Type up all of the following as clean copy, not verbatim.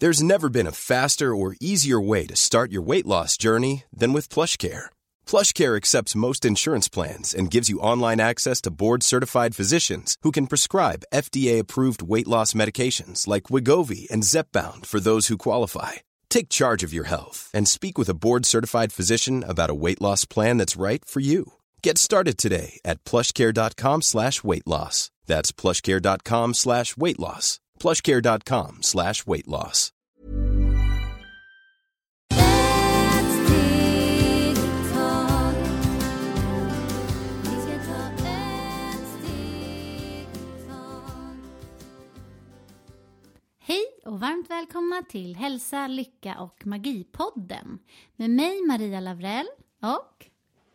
There's never been a faster or easier way to start your weight loss journey than with PlushCare. PlushCare accepts most insurance plans and gives you online access to board-certified physicians who can prescribe FDA-approved weight loss medications like Wegovy and Zepbound for those who qualify. Take charge of your health and speak with a board-certified physician about a weight loss plan that's right for you. Get started today at plushcare.com/weightloss. That's plushcare.com/weightloss. plushcare.com/weightloss. Hej och varmt välkomna till Hälsa, Lycka och Magipodden med mig Maria Lavrell och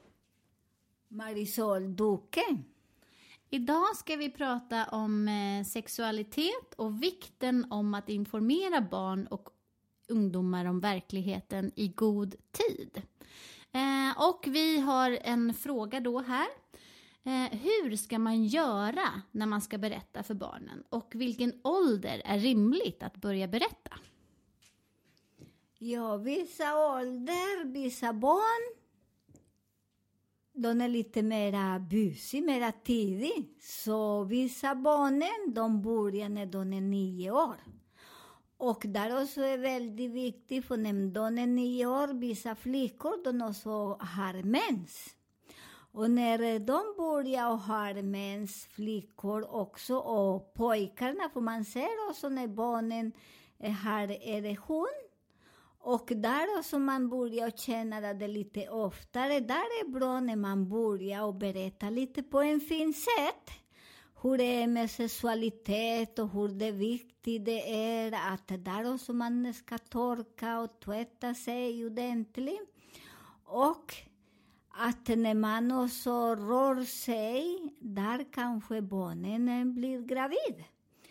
Marisol Duque. Idag ska vi prata om sexualitet och vikten om att informera barn och ungdomar om verkligheten i god tid. Och vi har en fråga då här. Hur ska man göra när man ska berätta för barnen? Och vilken ålder är rimligt att börja berätta? Ja, vissa ålder, vissa barn, de är lite mera busy, mera tidigt. Så vissa barnen, de börjar när de är 9 år. Och där också är väldigt viktigt, för när de är 9 år, vissa flickor, de också har mens. Och när de börjar ha mens, flickor också, och pojkarna, för man ser också när barnen har erektion. Och där också man börjar känna det lite oftare. Där är bra när man börjar och berätta lite på en fin sätt. Hur det är med sexualitet och hur det viktigt det är att där också man ska torka och tvätta sig ordentligt. Och att när man också rör sig, där kanske barnen blir gravid.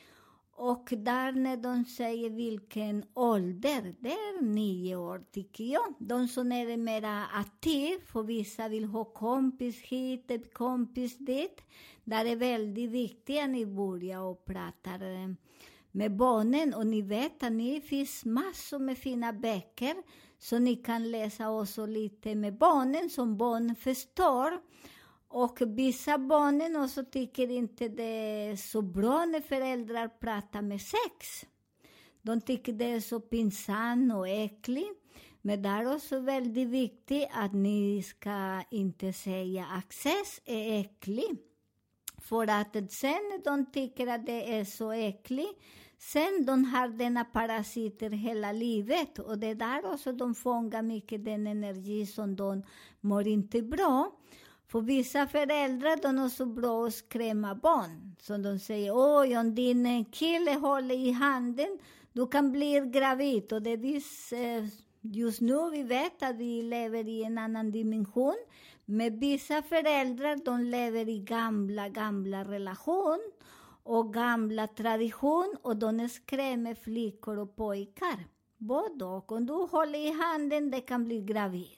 Och där när de säger vilken ålder, det är 9 år tycker jag. De som är mera aktiv, för vissa vill ha kompis hit, kompis dit. Där är väldigt viktigt att ni börjar och pratar med barnen. Och ni vet att det finns massor med fina böcker. Så ni kan läsa också lite med barnen som barn förstår. Och vissa barnen också tycker inte det är så bra när föräldrar pratar med sex. De tycker det är så pinsamt och äckligt. Men det är också väldigt viktigt att ni ska inte säga att sex är äckligt. För att sen de tycker att det är så äckligt. Sen de har denna parasiter hela livet. Och det där också de fångar mycket den energi som de mår inte bra. För vissa föräldrar, de är så bra att skrämma barn. Så de säger, oj, om din kille håller i handen, du kan bli gravid. Och det är just nu vi vet att vi lever i en annan dimension. Men vissa föräldrar, de lever i gamla relation och gamla tradition. Och de skrämmer flickor och pojkar. Både och. Om du håller i handen, det kan bli gravid.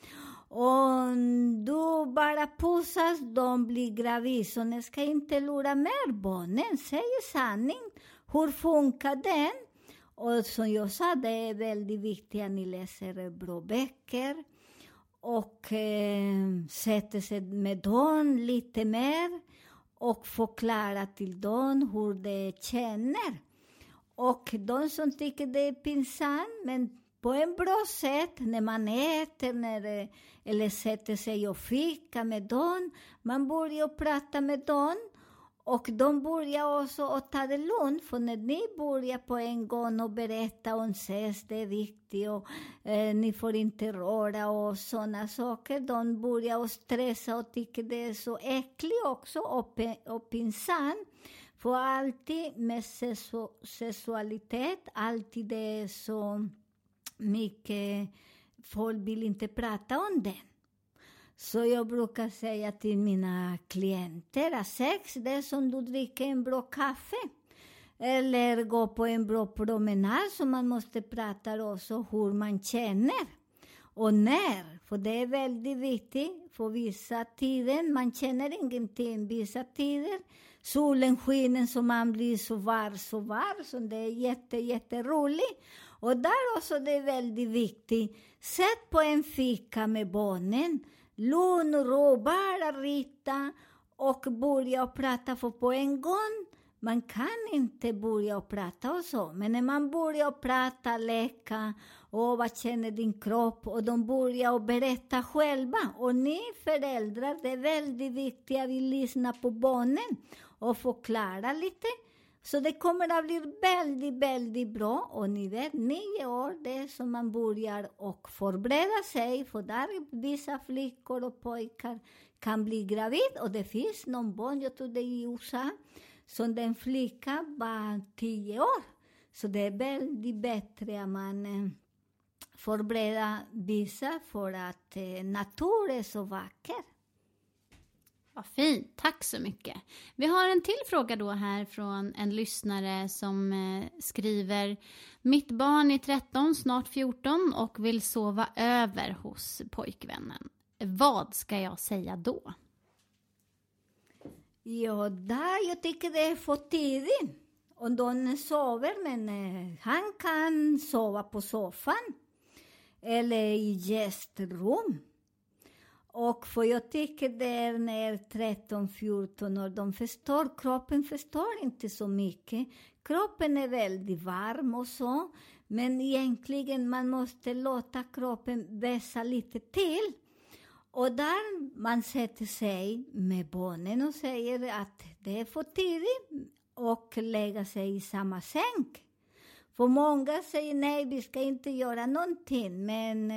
Om du bara pussas, de blir gravid. Så ni ska inte lura mer barnen. Säg sanning. Hur funkar den? Och som jag sa, det är väldigt viktigt att ni läser bra böcker. Och sätter sig med dem lite mer. Och förklara till dem hur de känner. Och de som tycker det är pinsamt, men på en bra sätt när man äter eller sätter sig och fika med dem. Man börjar prata med dem. Och de börjar också att ta det lugnt. För när ni börjar på en gång och berätta om sex, det är viktigt. Och ni får inte röra och sådana saker. De börjar att stressa och tycker det är så äckligt också. Och pinsamt. För alltid med sexualitet. Alltid det är så mycket, folk vill inte prata om det. Så jag brukar säga till mina klienter att sex, det är som du dricker en bra kaffe. Eller gå på en bra promenad, så man måste prata också hur man känner. Och när, för det är väldigt viktigt. För vissa tider, man känner ingenting. Vissa tider, solen skiner så man blir så var. Så det är jätteroligt. Och där också det är väldigt viktigt. Sätt på en fika med barnen. Lugn och ro, bara rita och börja prata för på en gång. Man kan inte börja prata och så. Men när man börjar prata, leka och vad känner din kropp och de börjar berätta själva. Och ni föräldrar, det är väldigt viktigt att vi lyssnar på barnen och förklara lite. Så det kommer att bli väldigt, väldigt bra. Och ni vet, 9 år, det är som man börjar och förbereda sig. För där vissa flickor och pojkar kan bli gravid. Och det finns någon barn, jag tror det är i USA, som den flicka var 10 år. Så det är väldigt bättre att man förbereder vissa för att naturen är så vacker. Vad fint, tack så mycket. Vi har en till fråga då här från en lyssnare som skriver: mitt barn är 13, snart 14 och vill sova över hos pojkvännen. Vad ska jag säga då? Ja, jag tycker det är för tidigt. Och de sover, men han kan sova på soffan eller i gästrum. Och för jag tycker det är när 13-14 år, kroppen förstår inte så mycket. Kroppen är väldigt varm och så, men egentligen man måste låta kroppen vässa lite till. Och där man sätter sig med barnen och säger att det är för tidigt och lägga sig i samma säng. För många säger nej, vi ska inte göra någonting, men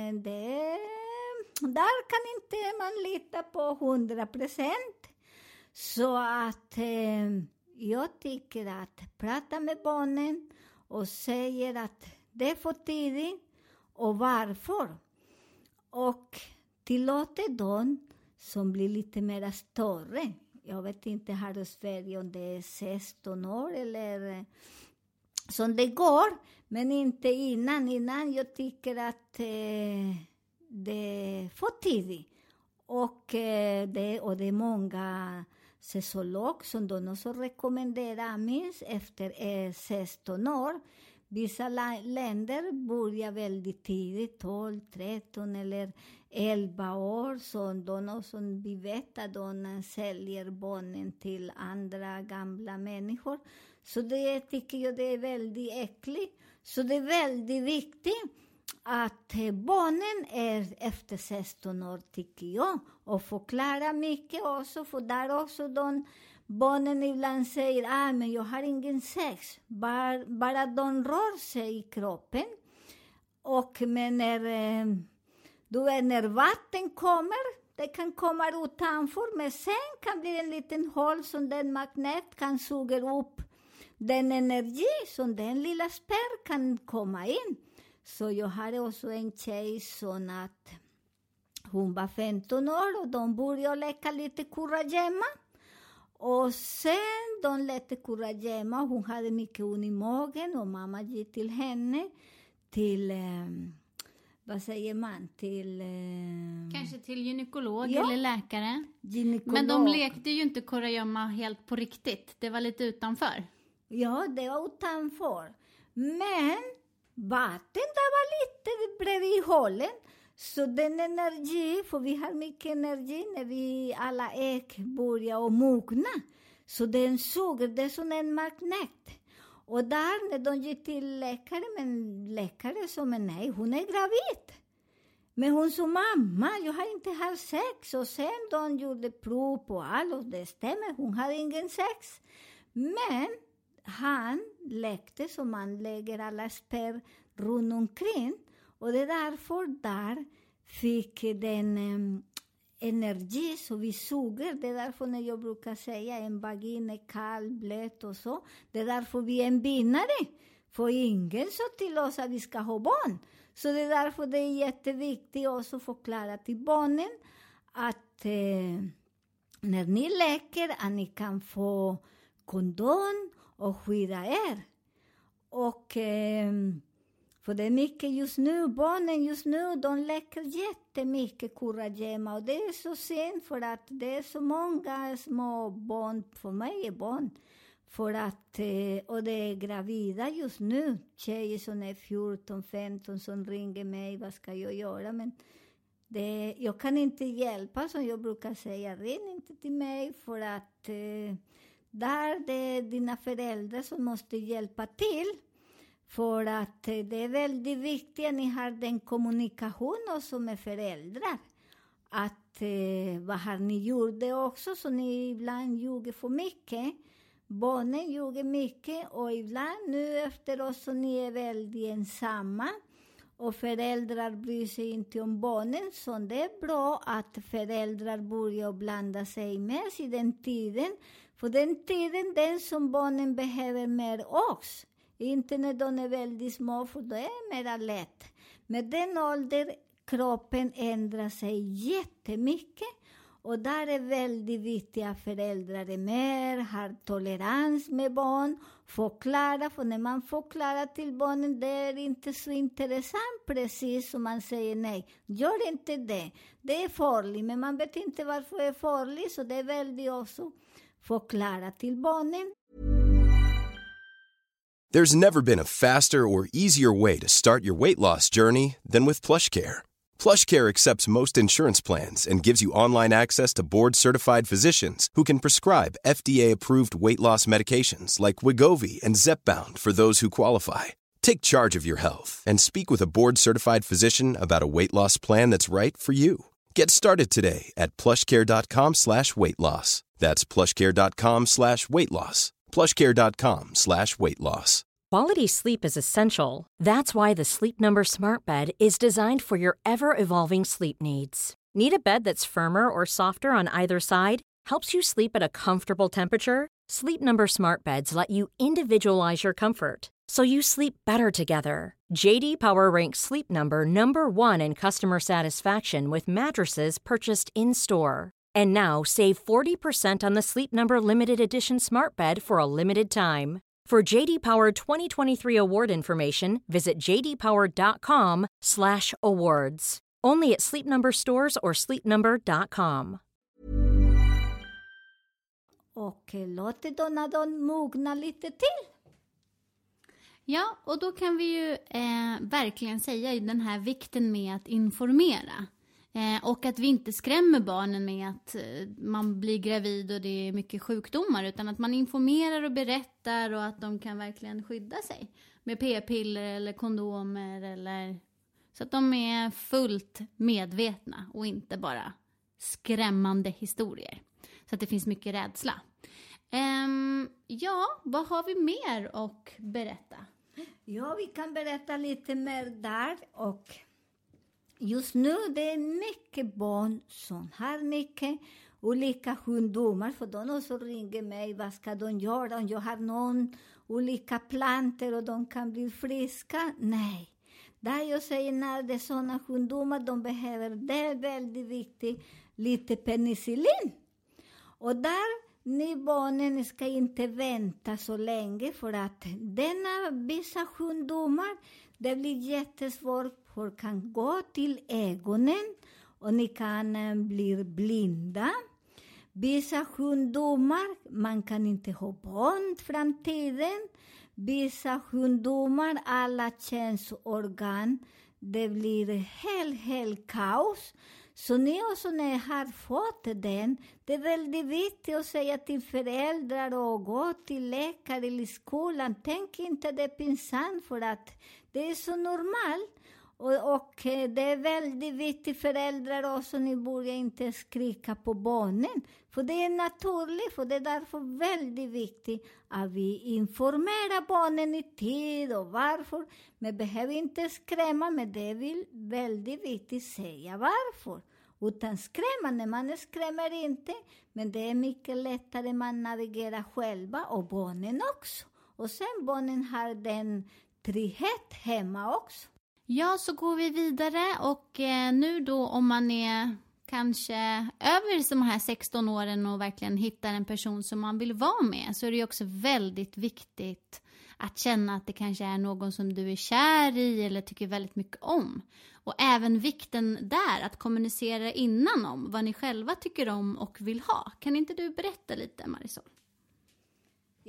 där kan inte man lita på 100%. Så att jag tycker att prata med barnen och säger att det är för tidigt och varför. Och tillåter dem som blir lite mer större. Jag vet inte här i Sverige om det är 16 år eller som det går. Men inte innan. Innan jag tycker att det är för tidigt. Och det är många sexologer som de också rekommenderar minst efter 16 år. Vissa länder börjar väldigt tidigt, 12, 13 eller 11 år. Som vi vet att de säljer barnen till andra gamla människor. Så det tycker jag det är väldigt äckligt. Så det är väldigt viktigt att barnen är efter 16 år tycker jag. Och förklara mycket också. För där också barnen ibland säger men jag har ingen sex. Bara de rör sig i kroppen. Men när vatten kommer, det kan komma utanför. Men sen kan bli en liten hål som den magnet kan suga upp den energi som den lilla spärr kan komma in. Så jag hade också en tjej som att hon var 15 år och de började leka lite kurragömma. Och sen de lekte kurragömma, hon hade mycket ont i magen och mamma gick till henne till, vad säger man, till... Kanske till gynekolog eller läkare. Gynekolog. Men de lekte ju inte kurragömma helt på riktigt, det var lite utanför. Ja, det var utanför. Men vatten där var lite bredvid hålen. Så den energi, för vi har mycket energi när vi alla ägg börjar och mogna. Så den suger, det är som en magnet. Och där när de gick till läkare, men läkare sa nej, hon är gravid. Men hon sa mamma, jag har inte haft sex. Och sen de gjorde prov på allt och det stämmer, hon hade ingen sex. Men han läkte som man lägger alla spärr runt omkring. Och det är därför där fick den energi så vi suger. Det är därför när jag brukar säga en vagina är kall, blöt och så. Det är därför vi är en vinnare. För ingen sa till oss att vi ska ha barn. Så det är därför det är jätteviktigt också att förklara till barnen att när ni leker att ni kan få kondom och skydda er. Och... för det är mycket just nu, barnen just nu, de leker jättemycket kurragömma. Och det är så synd för att det är så många små barn, för mig är barn, För att, och det är gravida just nu. Tjejer som är 14-15 som ringer mig, vad ska jag göra? Men jag kan inte hjälpa, som jag brukar säga. Ring inte till mig, för att där det är dina föräldrar som måste hjälpa till. För att det är väldigt viktigt att ni har den kommunikationen som är föräldrar. Att vad har ni gjort det också, så ni ibland ljuger för mycket. Barnen ljuger mycket, och ibland nu efteråt så ni är väldigt ensamma. Och föräldrar bryr sig inte om barnen, så det är bra att föräldrar börjar blanda sig med i den tiden. För den tiden, den som barnen behöver mer oss. Inte när de är väldigt små, för då är det mer lätt. Med den åldern, kroppen ändrar sig jättemycket. Och där är väldigt viktigt att föräldrar är mer, har tolerans med barn, förklara. För när man förklarar till barnen, det är inte så intressant, precis som man säger nej. Gör inte det. Det är farligt, men man vet inte varför det är farligt. Så det är väldigt också förklara till barnen. There's never been a faster or easier way to start your weight loss journey than with PlushCare. PlushCare accepts most insurance plans and gives you online access to board-certified physicians who can prescribe FDA-approved weight loss medications like Wegovy and Zepbound for those who qualify. Take charge of your health and speak with a board-certified physician about a weight loss plan that's right for you. Get started today at plushcare.com/weightloss. That's plushcare.com/weightloss. plushcare.com/weightloss. Quality sleep is essential. That's why the Sleep Number Smart Bed is designed for your ever-evolving sleep needs. Need a bed that's firmer or softer on either side? Helps you sleep at a comfortable temperature? Sleep Number Smart Beds let you individualize your comfort, so you sleep better together. JD Power ranks Sleep Number #1 in customer satisfaction with mattresses purchased in-store. And now, save 40% on the Sleep Number Limited Edition Smart Bed for a limited time. For JD Power 2023 award information, visit jdpower.com/awards. Only at Sleep Number stores or sleepnumber.com. Och låt det då när de mognar lite till. Ja, och då kan vi ju verkligen säga den här vikten med att informera. Och att vi inte skrämmer barnen med att man blir gravid och det är mycket sjukdomar, utan att man informerar och berättar, och att de kan verkligen skydda sig med p-piller eller kondomer, eller så att de är fullt medvetna och inte bara skrämmande historier. Så att det finns mycket rädsla. Ja, vad har vi mer att berätta? Ja, vi kan berätta lite mer där. Och just nu det är mycket barn som har mycket olika sjukdomar. För de också ringer mig, vad ska de göra? Om jag har någon olika plantor och de kan bli friska? Nej. Där jag säger, när det är sådana sjukdomar de behöver, det är väldigt viktigt, lite penicillin. Och där ni barnen ska inte vänta så länge, för att denna vissa sjukdomar, det blir jättesvårt, för kan gå till ögonen och ni kan bli blinda. Vissa sjukdomar, man kan inte ha barn i framtiden. Vissa sjukdomar, alla känslorgan, det blir helt kaos. Så ni också när ni har fått den, det är väldigt viktigt att säga till föräldrar och gå till läkare eller skolan. Tänk inte det är pinsamt, för att det är så normalt. Och det är väldigt viktigt, föräldrar också, ni börjar inte skrika på barnen. För det är naturligt, för det är därför väldigt viktigt att vi informerar barnen i tid och varför. Men behöver inte skrämma, men det är väldigt viktigt att säga varför. Utan skrämma, när man skrämmer inte. Men det är mycket lättare, man navigerar själva och barnen också. Och sen barnen har den trygghet hemma också. Ja, så går vi vidare, och nu då om man är kanske över de här 16 åren och verkligen hittar en person som man vill vara med, så är det ju också väldigt viktigt att känna att det kanske är någon som du är kär i eller tycker väldigt mycket om. Och även vikten där att kommunicera innan om vad ni själva tycker om och vill ha. Kan inte du berätta lite, Marisol?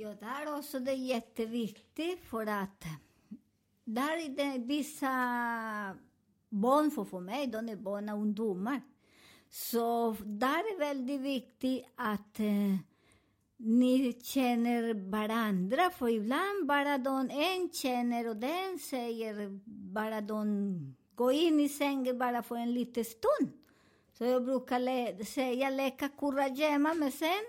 Ja, där också det är jätteviktigt för att där är det vissa barn för mig, de är barn och ungdomar. Så där är väldigt viktigt att ni känner varandra, för ibland bara en känner och den säger bara de går in i sängen bara för en liten stund. Så jag brukar säga leka kurragömma, men sen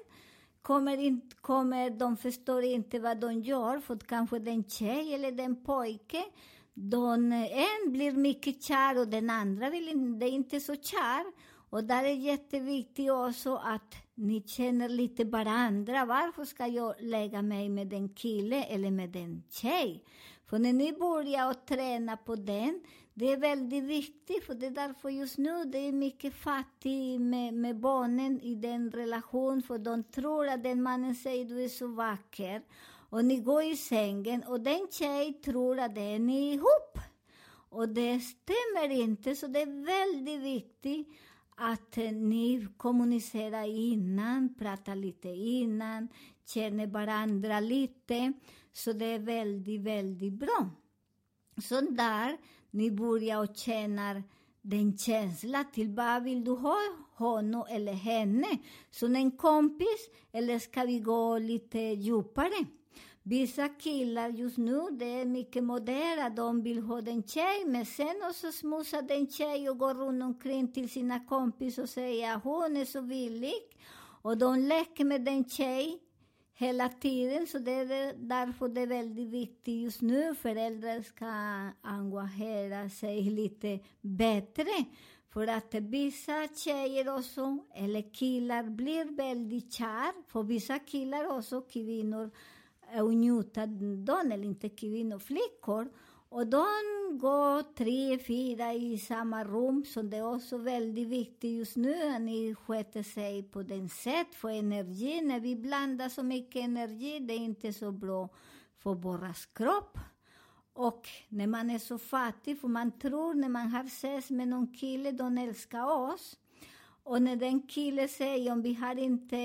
de förstår inte vad de gör, för kanske den tjej eller den pojke, en blir mycket kär och den andra det är inte så kär. Och där är jätteviktigt också att ni känner lite varandra. Varför ska jag lägga mig med den kille eller med den tjej? För när ni börjar att träna på den, det är väldigt viktigt. För det är därför just nu det är mycket fattigt med barnen i den relation. För de tror att den mannen säger du är så vacker. Och ni går i sängen och den tjej tror att den är ihop. Och det stämmer inte, så det är väldigt viktigt att ni kommunicerar innan, pratar lite innan, känner varandra lite. Så det är väldigt, väldigt bra. Så där ni börjar och känner den känsla till vad vill du ha, honom eller henne. Som en kompis, eller ska vi gå lite djupare? Vissa killar just nu, det är mycket moderna, de vill ha den tjej, men sen också smussar den tjej och går runt omkring till sina kompis och säger hon är så villig. Och de leker med den tjej hela tiden, så det är därför det är väldigt viktigt just nu. Föräldrar ska engagera sig lite bättre. För att vissa tjejer också, eller killar, blir väldigt kär. För vissa killar också, kvinnor, njuta de, eller inte kvinnor, flickor. Och de går 3-4 i samma rum, så det är också väldigt viktigt just nu att ni sköter sig på den sätt för energi. När vi blandar så mycket energi, det är inte så bra för våras kropp. Och när man är så fattig, för man tror när man har sex med någon kille, de älskar oss. Och när den killen säger om vi har inte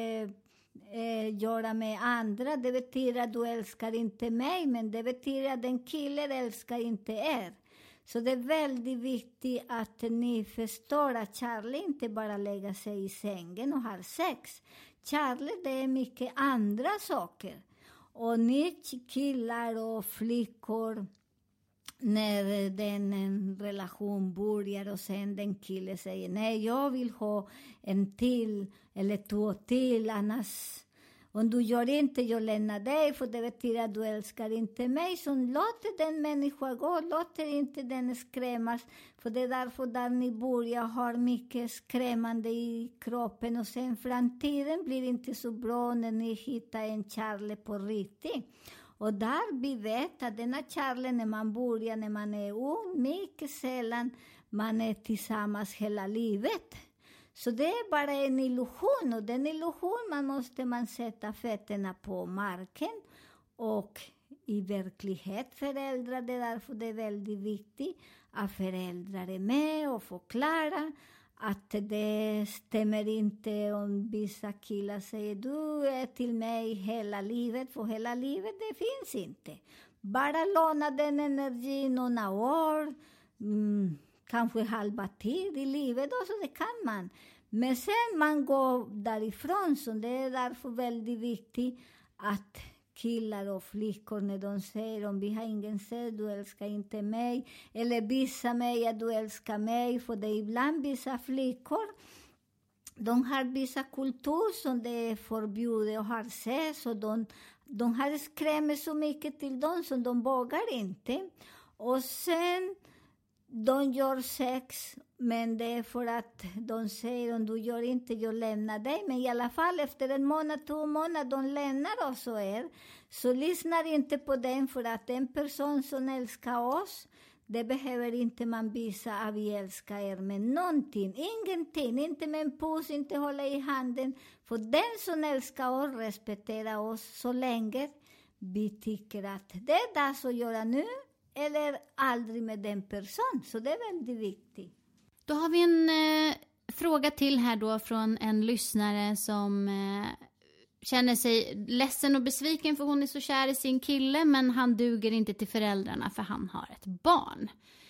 göra med andra, det betyder att du älskar inte mig, men det betyder att den killen älskar inte er. Så det är väldigt viktigt att ni förstår att kärlek inte bara lägga sig i sängen och ha sex. Kärlek, det är mycket andra saker. Och ni killar och flickor, när den relation börjar och sen den killen säger nej, jag vill ha en till eller 2 till, annars om du gör inte, jag lämnar dig, för det betyder att du älskar inte mig. Så låt den människan gå, låt inte den skrämmas, för det är därför där ni börjar ha mycket skrämmande i kroppen, och sen framtiden blir inte så bra när ni hittar en kärlek på riktigt. Och där vi vet att denna kärlek, när man börjar, när man är ung, mycket sällan man är tillsammans hela livet. Så det är bara en illusion, och den illusion måste man sätta fötterna på marken. Och i verklighet föräldrar, det är därför det är väldigt viktigt att föräldrar är med och förklarar att det stämmer inte om vissa killar säger du är till mig hela livet, för hela livet det finns inte. Bara låna den energin några år, kanske halva tid i livet, och så det kan man. Men sen man går därifrån, så det är därför väldigt viktigt att killar och flickor, när de säger om vi har ingen sex, du älskar inte mig, eller visa mig att du älskar mig, för det är ibland vissa flickor, de har vissa kultur som det är förbjudet att ha sex, och de har skrämt så mycket till dem som de vågar inte. Och sen de gör sex, men det är för att de säger om du gör inte, jag lämnar dig. Men i alla fall efter 1 månad, 2 månader, de lämnar oss och er. Så lyssnar inte på den, för att en person som älskar oss, det behöver inte man visa att vi älskar er med någonting. Ingenting, inte med en puss, inte hålla i handen. För den som älskar oss respekterar oss så länge vi tycker att det är dags att göra nu, eller aldrig med den person. Så det är väldigt viktigt. Då har vi en fråga till här då från en lyssnare som känner sig ledsen och besviken för hon är så kär i sin kille, men han duger inte till föräldrarna för han har ett barn.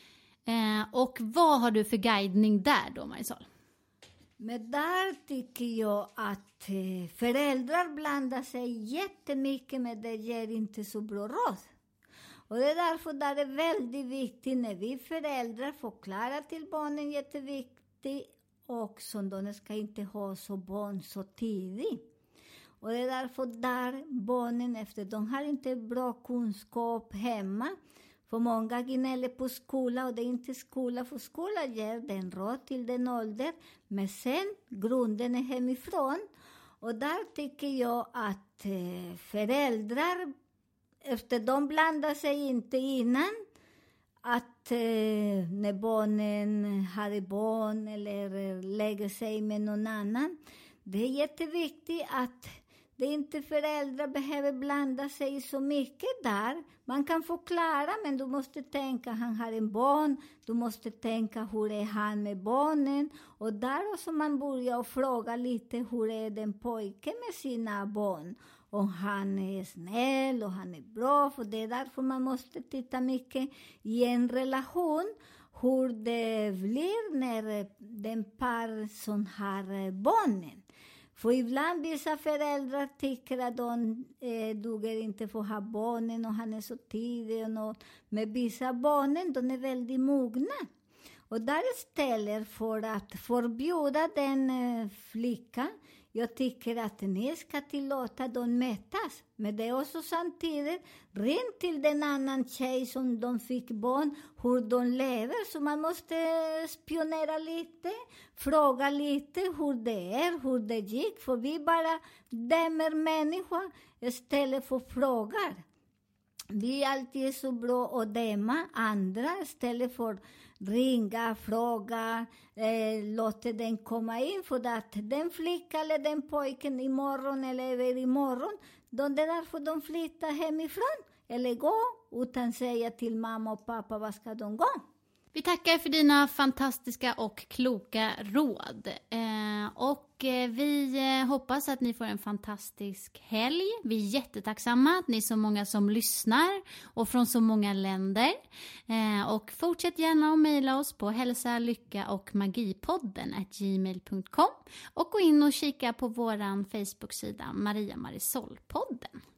Och vad har du för guidning där då, Marisol? Men där tycker jag att föräldrar blandar sig jättemycket, men det ger inte så bra råd. Och det är därför det är väldigt viktigt när vi föräldrar förklarar till barnen jätteviktigt. Och som de ska inte ha så barn så tidigt. Och det är därför där barnen, efter de har inte bra kunskap hemma. För många gnäller på skola, och det är inte skola, för skola ger den råd till den ålder. Men sen, grunden är hemifrån. Och där tycker jag att föräldrar, efter de blandar sig inte innan. Att när barnen har barn eller lägger sig med någon annan. Det är jätteviktigt att det inte föräldrar behöver blanda sig så mycket där. Man kan förklara, men du måste tänka han har en barn. Du måste tänka hur är han med barnen. Och där också man börjar fråga lite hur är den pojken med sina barn. Och han är snäll och han är bra. För det är därför man måste titta mycket i en relation. Hur det blir när den par som har barnen. För ibland vissa föräldrar tycker att de duger inte för att ha barnen. Och han är så tidig och något. Men vissa barnen, de är väldigt mogna. Och där istället för att förbjuda den flickan. Jag tycker att ni ska tillåta dem mätas. Men det är också samtidigt ring till den annan tjej som de fick barn. Hur de lever. Så man måste spionera lite. Fråga lite hur det är. Hur det gick. För vi bara dömer människor istället för frågar. Vi är alltid så bra att döma andra istället för ringa, fråga, låta den komma in. För att den flickan eller den pojken imorgon eller över imorgon, det är därför de flyttar hemifrån. Eller gå utan säga till mamma och pappa vad ska de gå. Vi tackar för dina fantastiska och kloka råd. Vi hoppas att ni får en fantastisk helg. Vi är jättetacksamma att ni är så många som lyssnar och från så många länder. Och fortsätt gärna att mejla oss på hälsa-lycka-och-magipodden@gmail.com och gå in och kika på våran Facebook-sida Maria Marisol-podden.